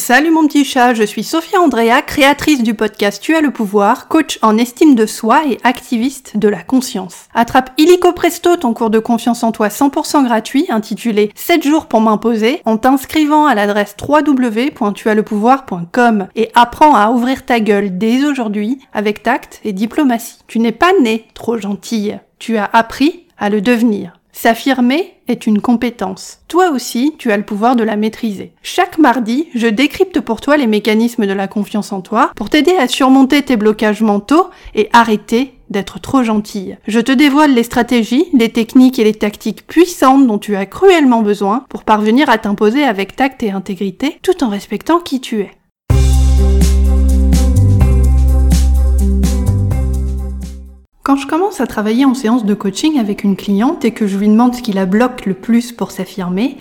Salut mon petit chat, je suis Sophia Andrea, créatrice du podcast Tu as le pouvoir, coach en estime de soi et activiste de la conscience. Attrape illico presto ton cours de confiance en toi 100% gratuit intitulé 7 jours pour m'imposer en t'inscrivant à l'adresse www.tuaslepouvoir.com et apprends à ouvrir ta gueule dès aujourd'hui avec tact et diplomatie. Tu n'es pas né trop gentille, tu as appris à le devenir. S'affirmer est une compétence. Toi aussi, tu as le pouvoir de la maîtriser. Chaque mardi, je décrypte pour toi les mécanismes de la confiance en toi pour t'aider à surmonter tes blocages mentaux et arrêter d'être trop gentille. Je te dévoile les stratégies, les techniques et les tactiques puissantes dont tu as cruellement besoin pour parvenir à t'imposer avec tact et intégrité tout en respectant qui tu es. Quand je commence à travailler en séance de coaching avec une cliente et que je lui demande ce qui la bloque le plus pour s'affirmer,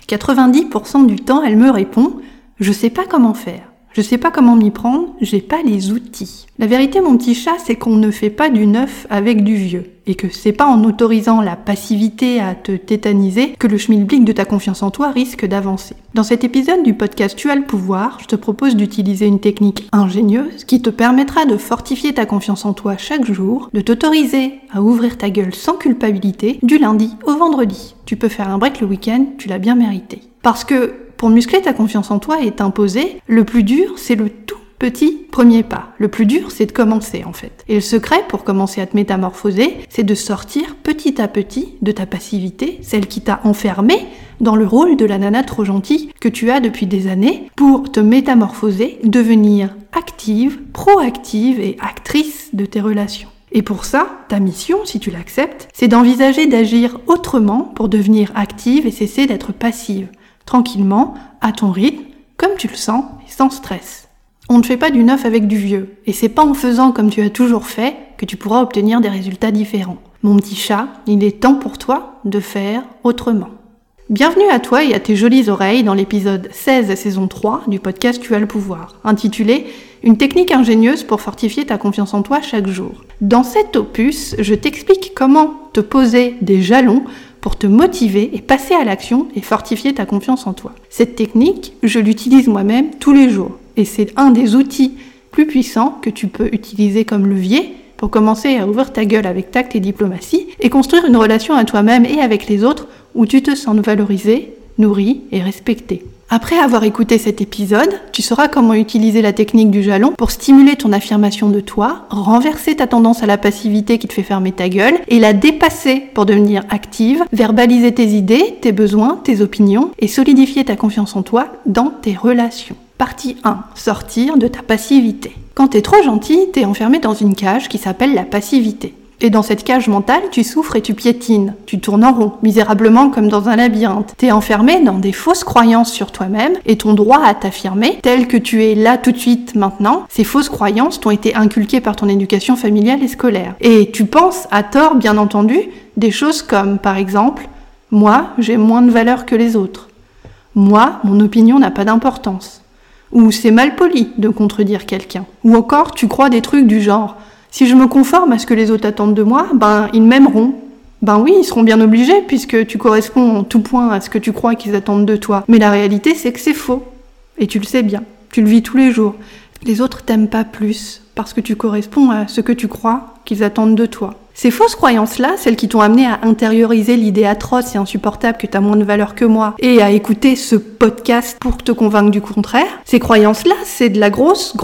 90% du temps, elle me répond « Je sais pas comment faire, je sais pas comment m'y prendre, j'ai pas les outils ». La vérité, mon petit chat, c'est qu'on ne fait pas du neuf avec du vieux et que c'est pas en autorisant la passivité à te tétaniser que le schmilblick de ta confiance en toi risque d'avancer. Dans cet épisode du podcast Tu as le pouvoir, je te propose d'utiliser une technique ingénieuse qui te permettra de fortifier ta confiance en toi chaque jour, de t'autoriser à ouvrir ta gueule sans culpabilité du lundi au vendredi. Tu peux faire un break le week-end, tu l'as bien mérité. Parce que pour muscler ta confiance en toi et t'imposer, le plus dur, c'est le tout petit premier pas. Le plus dur, c'est de commencer en fait. Et le secret pour commencer à te métamorphoser, c'est de sortir petit à petit de ta passivité, celle qui t'a enfermé dans le rôle de la nana trop gentille que tu as depuis des années, pour te métamorphoser, devenir active, proactive et actrice de tes relations. Et pour ça, ta mission, si tu l'acceptes, c'est d'envisager d'agir autrement pour devenir active et cesser d'être passive, tranquillement, à ton rythme, comme tu le sens et sans stress. On ne fait pas du neuf avec du vieux, et c'est pas en faisant comme tu as toujours fait que tu pourras obtenir des résultats différents. Mon petit chat, il est temps pour toi de faire autrement. Bienvenue à toi et à tes jolies oreilles dans l'épisode 16 saison 3 du podcast Tu as le pouvoir, intitulé « Une technique ingénieuse pour fortifier ta confiance en toi chaque jour ». Dans cet opus, je t'explique comment te poser des jalons pour te motiver et passer à l'action et fortifier ta confiance en toi. Cette technique, je l'utilise moi-même tous les jours. Et c'est un des outils plus puissants que tu peux utiliser comme levier pour commencer à ouvrir ta gueule avec tact et diplomatie et construire une relation à toi-même et avec les autres où tu te sens valorisé, nourri et respecté. Après avoir écouté cet épisode, tu sauras comment utiliser la technique du jalon pour stimuler ton affirmation de toi, renverser ta tendance à la passivité qui te fait fermer ta gueule et la dépasser pour devenir active, verbaliser tes idées, tes besoins, tes opinions et solidifier ta confiance en toi dans tes relations. Partie 1. Sortir de ta passivité. Quand t'es trop gentil, t'es enfermé dans une cage qui s'appelle la passivité. Et dans cette cage mentale, tu souffres et tu piétines. Tu tournes en rond, misérablement comme dans un labyrinthe. T'es enfermé dans des fausses croyances sur toi-même et ton droit à t'affirmer, tel que tu es là tout de suite maintenant, ces fausses croyances t'ont été inculquées par ton éducation familiale et scolaire. Et tu penses, à tort bien entendu, des choses comme, par exemple, « Moi, j'ai moins de valeur que les autres. Moi, mon opinion n'a pas d'importance. » Ou c'est mal poli de contredire quelqu'un. Ou encore, tu crois des trucs du genre « Si je me conforme à ce que les autres attendent de moi, ils m'aimeront. » Oui, ils seront bien obligés puisque tu corresponds en tout point à ce que tu crois qu'ils attendent de toi. Mais la réalité, c'est que c'est faux. Et tu le sais bien. Tu le vis tous les jours. Les autres t'aiment pas plus parce que tu corresponds à ce que tu crois qu'ils attendent de toi. Ces fausses croyances-là, celles qui t'ont amené à intérioriser l'idée atroce et insupportable que t'as moins de valeur que moi et à écouter ce podcast pour te convaincre du contraire, ces croyances-là, c'est de la grosse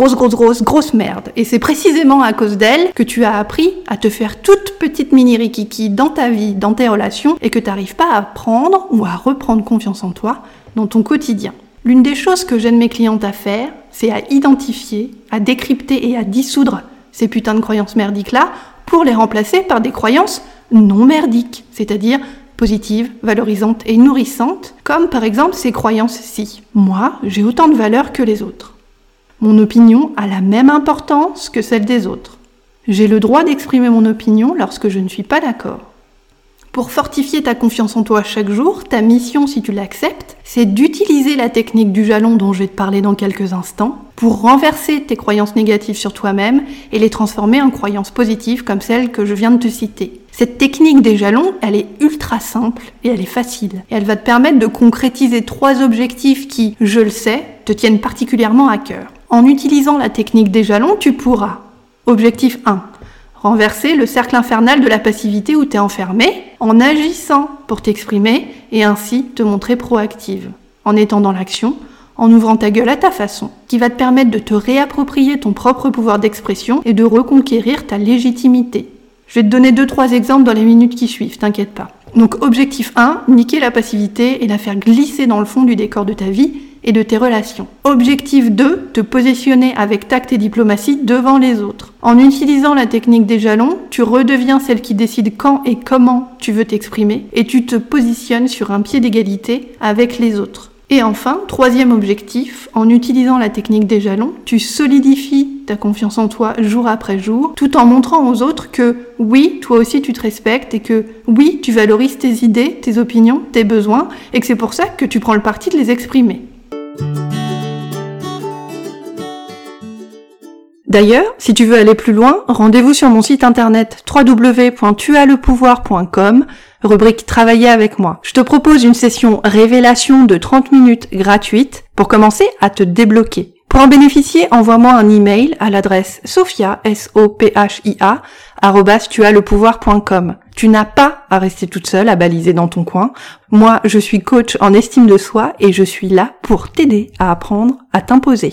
merde. Et c'est précisément à cause d'elles que tu as appris à te faire toute petite mini rikiki dans ta vie, dans tes relations et que t'arrives pas à prendre ou à reprendre confiance en toi dans ton quotidien. L'une des choses que j'aide mes clientes à faire, c'est à identifier, à décrypter et à dissoudre ces putains de croyances merdiques-là pour les remplacer par des croyances non merdiques, c'est-à-dire positives, valorisantes et nourrissantes, comme par exemple ces croyances-ci. Moi, j'ai autant de valeur que les autres. Mon opinion a la même importance que celle des autres. J'ai le droit d'exprimer mon opinion lorsque je ne suis pas d'accord. Pour fortifier ta confiance en toi chaque jour, ta mission, si tu l'acceptes, c'est d'utiliser la technique du jalon dont je vais te parler dans quelques instants pour renverser tes croyances négatives sur toi-même et les transformer en croyances positives comme celles que je viens de te citer. Cette technique des jalons, elle est ultra simple et elle est facile. Et elle va te permettre de concrétiser 3 objectifs qui, je le sais, te tiennent particulièrement à cœur. En utilisant la technique des jalons, tu pourras. Objectif 1. Renverser le cercle infernal de la passivité où tu es enfermé en agissant pour t'exprimer et ainsi te montrer proactive. En étant dans l'action, en ouvrant ta gueule à ta façon, qui va te permettre de te réapproprier ton propre pouvoir d'expression et de reconquérir ta légitimité. Je vais te donner 2-3 exemples dans les minutes qui suivent, t'inquiète pas. Donc objectif 1, niquer la passivité et la faire glisser dans le fond du décor de ta vie et de tes relations. Objectif 2, te positionner avec tact et diplomatie devant les autres. En utilisant la technique des jalons, tu redeviens celle qui décide quand et comment tu veux t'exprimer et tu te positionnes sur un pied d'égalité avec les autres. Et enfin, 3e objectif, en utilisant la technique des jalons, tu solidifies ta confiance en toi jour après jour, tout en montrant aux autres que oui, toi aussi tu te respectes et que oui, tu valorises tes idées, tes opinions, tes besoins et que c'est pour ça que tu prends le parti de les exprimer. D'ailleurs, si tu veux aller plus loin, rendez-vous sur mon site internet www.tuaslepouvoir.com, rubrique Travailler avec moi. Je te propose une session révélation de 30 minutes gratuite pour commencer à te débloquer. Pour en bénéficier, envoie-moi un email à l'adresse sophia, sophia, @tuaslepouvoir.com. Tu n'as pas à rester toute seule à baliser dans ton coin. Moi, je suis coach en estime de soi et je suis là pour t'aider à apprendre à t'imposer.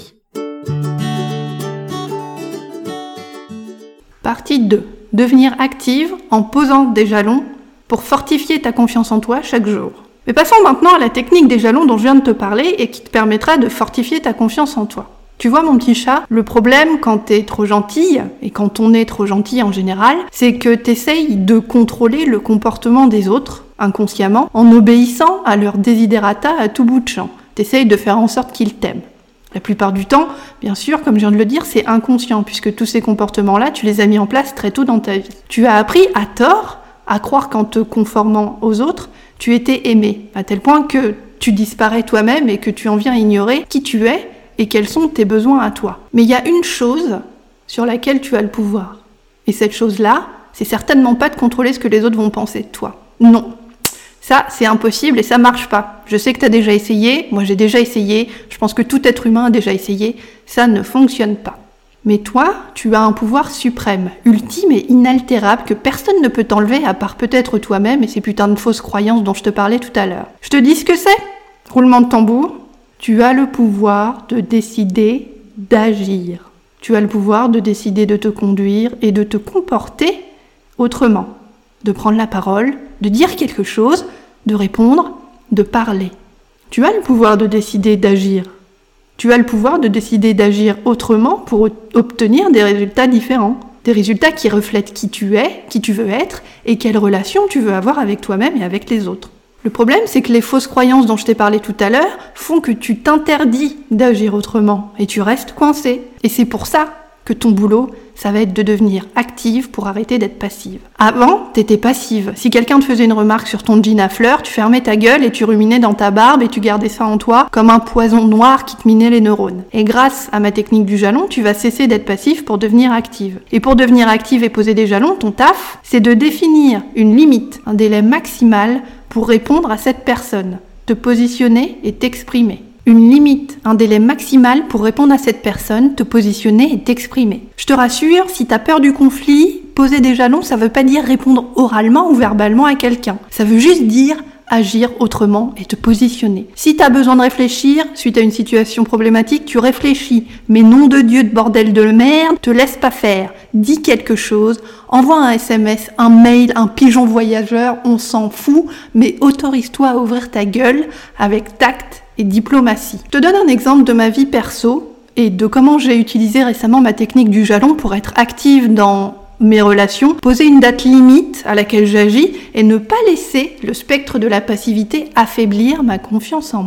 Partie 2. Devenir active en posant des jalons pour fortifier ta confiance en toi chaque jour. Mais passons maintenant à la technique des jalons dont je viens de te parler et qui te permettra de fortifier ta confiance en toi. Tu vois mon petit chat, le problème quand t'es trop gentille, et quand on est trop gentil en général, c'est que t'essayes de contrôler le comportement des autres, inconsciemment, en obéissant à leurs desiderata à tout bout de champ. T'essayes de faire en sorte qu'ils t'aiment. La plupart du temps, bien sûr, comme je viens de le dire, c'est inconscient, puisque tous ces comportements-là, tu les as mis en place très tôt dans ta vie. Tu as appris à tort à croire qu'en te conformant aux autres, tu étais aimé, à tel point que tu disparais toi-même et que tu en viens ignorer qui tu es et quels sont tes besoins à toi. Mais il y a une chose sur laquelle tu as le pouvoir. Et cette chose-là, c'est certainement pas de contrôler ce que les autres vont penser de toi. Non. Ça, c'est impossible et ça marche pas. Je sais que t'as déjà essayé, moi j'ai déjà essayé, je pense que tout être humain a déjà essayé, ça ne fonctionne pas. Mais toi, tu as un pouvoir suprême, ultime et inaltérable que personne ne peut t'enlever à part peut-être toi-même et ces putains de fausses croyances dont je te parlais tout à l'heure. Je te dis ce que c'est ? Roulement de tambour. Tu as le pouvoir de décider d'agir. Tu as le pouvoir de décider de te conduire et de te comporter autrement. De prendre la parole, de dire quelque chose, de répondre, de parler. Tu as le pouvoir de décider d'agir. Tu as le pouvoir de décider d'agir autrement pour obtenir des résultats différents. Des résultats qui reflètent qui tu es, qui tu veux être et quelle relation tu veux avoir avec toi-même et avec les autres. Le problème, c'est que les fausses croyances dont je t'ai parlé tout à l'heure font que tu t'interdis d'agir autrement et tu restes coincé. Et c'est pour ça que ton boulot, ça va être de devenir active pour arrêter d'être passive. Avant, t'étais passive. Si quelqu'un te faisait une remarque sur ton jean à fleurs, tu fermais ta gueule et tu ruminais dans ta barbe et tu gardais ça en toi comme un poison noir qui te minait les neurones. Et grâce à ma technique du jalon, tu vas cesser d'être passive pour devenir active. Et pour devenir active et poser des jalons, ton taf, c'est de définir une limite, un délai maximal pour répondre à cette personne, te positionner et t'exprimer. Une limite, un délai maximal pour répondre à cette personne, te positionner et t'exprimer. Je te rassure, si t'as peur du conflit, poser des jalons, ça veut pas dire répondre oralement ou verbalement à quelqu'un. Ça veut juste dire agir autrement et te positionner. Si t'as besoin de réfléchir, suite à une situation problématique, tu réfléchis. Mais nom de Dieu de bordel de merde, te laisse pas faire. Dis quelque chose, envoie un SMS, un mail, un pigeon voyageur, on s'en fout, mais autorise-toi à ouvrir ta gueule avec tact et diplomatie. Je te donne un exemple de ma vie perso et de comment j'ai utilisé récemment ma technique du jalon pour être active dans mes relations, poser une date limite à laquelle j'agis et ne pas laisser le spectre de la passivité affaiblir ma confiance en moi.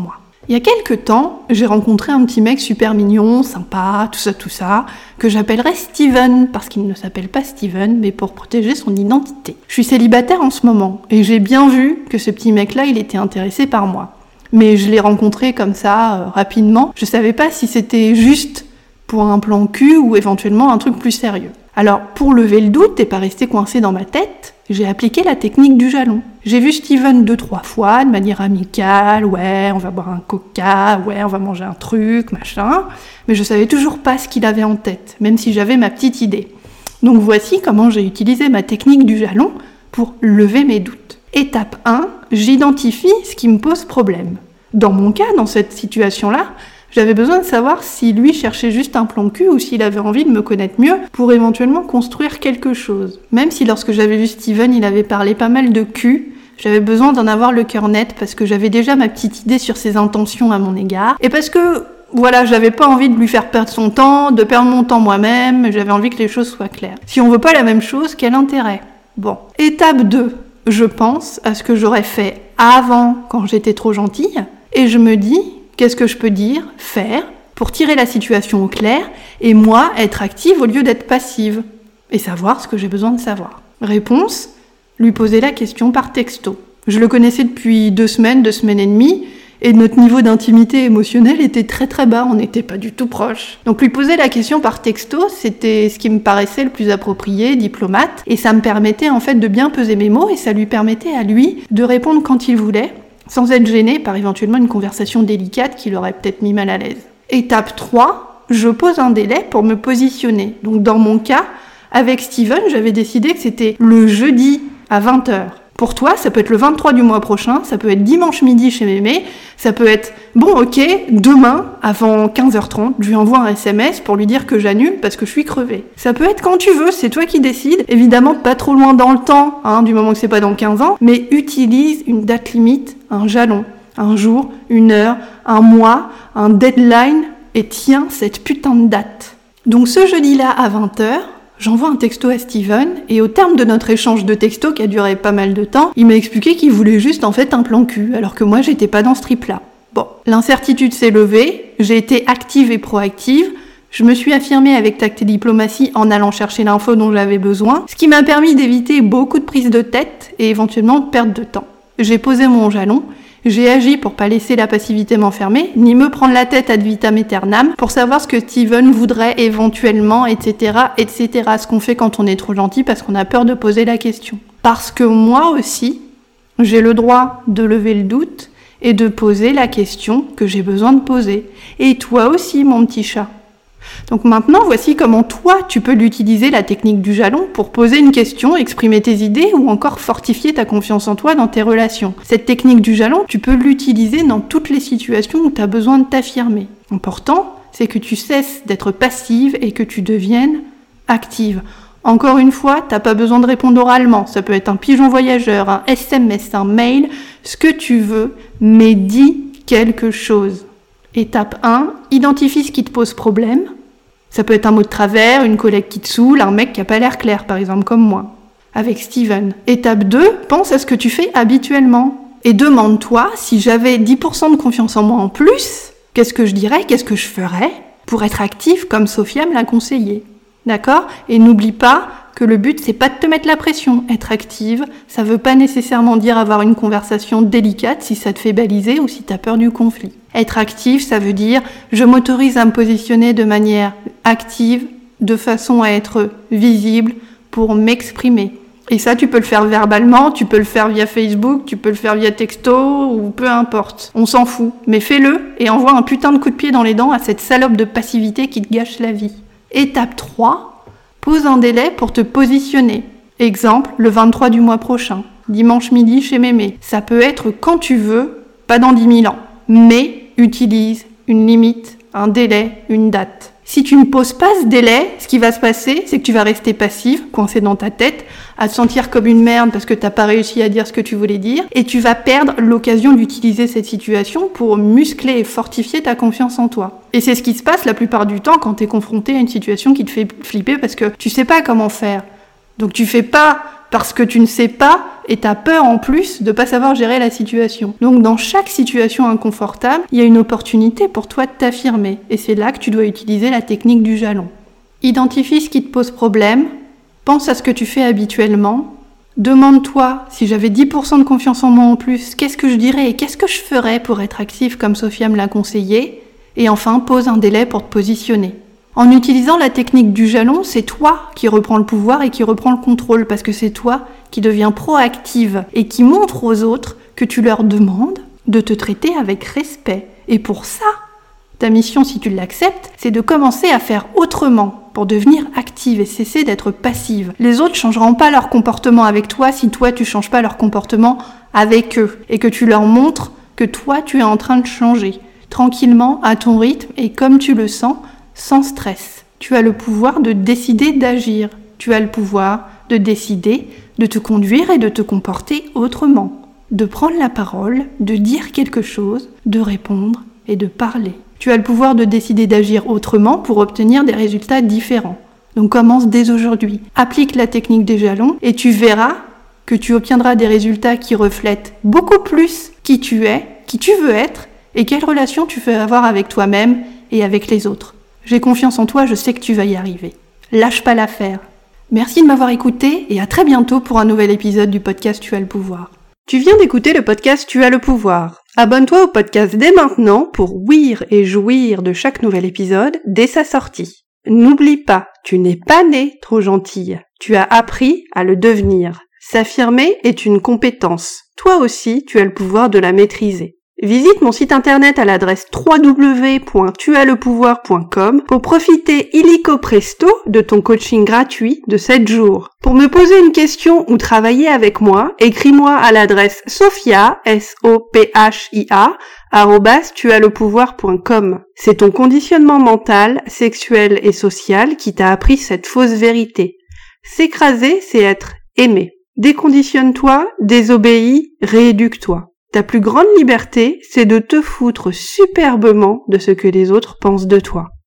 Il y a quelques temps, j'ai rencontré un petit mec super mignon, sympa, tout ça, que j'appellerais Steven, parce qu'il ne s'appelle pas Steven, mais pour protéger son identité. Je suis célibataire en ce moment, et j'ai bien vu que ce petit mec-là, il était intéressé par moi. Mais je l'ai rencontré comme ça, rapidement. Je savais pas si c'était juste pour un plan cul ou éventuellement un truc plus sérieux. Alors, pour lever le doute et pas rester coincé dans ma tête, j'ai appliqué la technique du jalon. J'ai vu Steven 2-3 fois, de manière amicale, ouais, on va boire un coca, ouais, on va manger un truc, machin, mais je savais toujours pas ce qu'il avait en tête, même si j'avais ma petite idée. Donc voici comment j'ai utilisé ma technique du jalon pour lever mes doutes. Étape 1, j'identifie ce qui me pose problème. Dans mon cas, dans cette situation-là, j'avais besoin de savoir si lui cherchait juste un plan cul ou s'il avait envie de me connaître mieux pour éventuellement construire quelque chose. Même si lorsque j'avais vu Steven, il avait parlé pas mal de cul, j'avais besoin d'en avoir le cœur net parce que j'avais déjà ma petite idée sur ses intentions à mon égard. Et parce que, voilà, j'avais pas envie de lui faire perdre son temps, de perdre mon temps moi-même, j'avais envie que les choses soient claires. Si on veut pas la même chose, quel intérêt ? Bon. Étape 2. Je pense à ce que j'aurais fait avant quand j'étais trop gentille et je me dis... Qu'est-ce que je peux dire, faire, pour tirer la situation au clair, et moi, être active au lieu d'être passive, et savoir ce que j'ai besoin de savoir. Réponse, lui poser la question par texto. Je le connaissais depuis 2 semaines et demie, et notre niveau d'intimité émotionnelle était très très bas, on n'était pas du tout proches. Donc lui poser la question par texto, c'était ce qui me paraissait le plus approprié, diplomate, et ça me permettait en fait de bien peser mes mots, et ça lui permettait à lui de répondre quand il voulait, sans être gêné par éventuellement une conversation délicate qui l'aurait peut-être mis mal à l'aise. Étape 3, je pose un délai pour me positionner. Donc dans mon cas, avec Steven, j'avais décidé que c'était le jeudi à 20h. Pour toi, ça peut être le 23 du mois prochain, ça peut être dimanche midi chez Mémé, ça peut être, bon ok, demain, avant 15h30, je lui envoie un SMS pour lui dire que j'annule parce que je suis crevée. Ça peut être quand tu veux, c'est toi qui décides. Évidemment, pas trop loin dans le temps, du moment que c'est pas dans 15 ans, mais utilise une date limite, un jalon, un jour, une heure, un mois, un deadline, et tiens cette putain de date. Donc ce jeudi-là à 20h, j'envoie un texto à Steven, et au terme de notre échange de textos qui a duré pas mal de temps, il m'a expliqué qu'il voulait juste en fait un plan cul, alors que moi j'étais pas dans ce trip-là. Bon, l'incertitude s'est levée, j'ai été active et proactive, je me suis affirmée avec tact et diplomatie en allant chercher l'info dont j'avais besoin, ce qui m'a permis d'éviter beaucoup de prises de tête et éventuellement de perte de temps. J'ai posé mon jalon, j'ai agi pour pas laisser la passivité m'enfermer, ni me prendre la tête ad vitam aeternam pour savoir ce que Steven voudrait éventuellement, etc., ce qu'on fait quand on est trop gentil parce qu'on a peur de poser la question. Parce que moi aussi, j'ai le droit de lever le doute et de poser la question que j'ai besoin de poser. Et toi aussi, mon petit chat. Donc maintenant, voici comment toi, tu peux l'utiliser, la technique du jalon, pour poser une question, exprimer tes idées ou encore fortifier ta confiance en toi dans tes relations. Cette technique du jalon, tu peux l'utiliser dans toutes les situations où tu as besoin de t'affirmer. L'important, c'est que tu cesses d'être passive et que tu deviennes active. Encore une fois, t'as pas besoin de répondre oralement. Ça peut être un pigeon voyageur, un SMS, un mail, ce que tu veux, mais dis quelque chose. Étape 1, identifie ce qui te pose problème. Ça peut être un mot de travers, une collègue qui te saoule, un mec qui a pas l'air clair, par exemple, comme moi. Avec Steven. Étape 2, pense à ce que tu fais habituellement. Et demande-toi, si j'avais 10% de confiance en moi en plus, qu'est-ce que je dirais, qu'est-ce que je ferais pour être active comme Sophia me l'a conseillé. D'accord ? Et n'oublie pas que le but, c'est pas de te mettre la pression. Être active, ça veut pas nécessairement dire avoir une conversation délicate si ça te fait baliser ou si t'as peur du conflit. Être active, ça veut dire je m'autorise à me positionner de manière active, de façon à être visible pour m'exprimer. Et ça, tu peux le faire verbalement, tu peux le faire via Facebook, tu peux le faire via texto, ou peu importe. On s'en fout. Mais fais-le et envoie un putain de coup de pied dans les dents à cette salope de passivité qui te gâche la vie. Étape 3, pose un délai pour te positionner. Exemple, le 23 du mois prochain, dimanche midi chez Mémé. Ça peut être quand tu veux, pas dans 10 000 ans. Mais utilise une limite, un délai, une date. Si tu ne poses pas ce délai, ce qui va se passer, c'est que tu vas rester passive, coincée dans ta tête, à te sentir comme une merde parce que t'as pas réussi à dire ce que tu voulais dire, et tu vas perdre l'occasion d'utiliser cette situation pour muscler et fortifier ta confiance en toi. Et c'est ce qui se passe la plupart du temps quand t'es confronté à une situation qui te fait flipper parce que tu sais pas comment faire. Donc tu fais pas parce que tu ne sais pas, et t'as peur en plus de pas savoir gérer la situation. Donc dans chaque situation inconfortable, il y a une opportunité pour toi de t'affirmer. Et c'est là que tu dois utiliser la technique du jalon. Identifie ce qui te pose problème, pense à ce que tu fais habituellement, demande-toi, si j'avais 10% de confiance en moi en plus, qu'est-ce que je dirais et qu'est-ce que je ferais pour être active comme Sophia me l'a conseillé, et enfin pose un délai pour te positionner. En utilisant la technique du jalon, c'est toi qui reprends le pouvoir et qui reprends le contrôle, parce que c'est toi qui deviens proactive et qui montre aux autres que tu leur demandes de te traiter avec respect. Et pour ça, ta mission, si tu l'acceptes, c'est de commencer à faire autrement pour devenir active et cesser d'être passive. Les autres changeront pas leur comportement avec toi si toi tu changes pas leur comportement avec eux et que tu leur montres que toi tu es en train de changer, tranquillement, à ton rythme et comme tu le sens, sans stress. Tu as le pouvoir de décider d'agir. Tu as le pouvoir de décider de te conduire et de te comporter autrement. De prendre la parole, de dire quelque chose, de répondre et de parler. Tu as le pouvoir de décider d'agir autrement pour obtenir des résultats différents. Donc commence dès aujourd'hui. Applique la technique des jalons et tu verras que tu obtiendras des résultats qui reflètent beaucoup plus qui tu es, qui tu veux être et quelle relation tu veux avoir avec toi-même et avec les autres. J'ai confiance en toi, je sais que tu vas y arriver. Lâche pas l'affaire. Merci de m'avoir écouté et à très bientôt pour un nouvel épisode du podcast Tu as le pouvoir. Tu viens d'écouter le podcast Tu as le pouvoir. Abonne-toi au podcast dès maintenant pour ouïr et jouir de chaque nouvel épisode dès sa sortie. N'oublie pas, tu n'es pas née trop gentille. Tu as appris à le devenir. S'affirmer est une compétence. Toi aussi, tu as le pouvoir de la maîtriser. Visite mon site internet à l'adresse www.tuaslepouvoir.com pour profiter illico presto de ton coaching gratuit de 7 jours. Pour me poser une question ou travailler avec moi, écris-moi à l'adresse sophia, sophia, @tuaslepouvoir.com. C'est ton conditionnement mental, sexuel et social qui t'a appris cette fausse vérité. S'écraser, c'est être aimé. Déconditionne-toi, désobéis, rééduque-toi. Ta plus grande liberté, c'est de te foutre superbement de ce que les autres pensent de toi.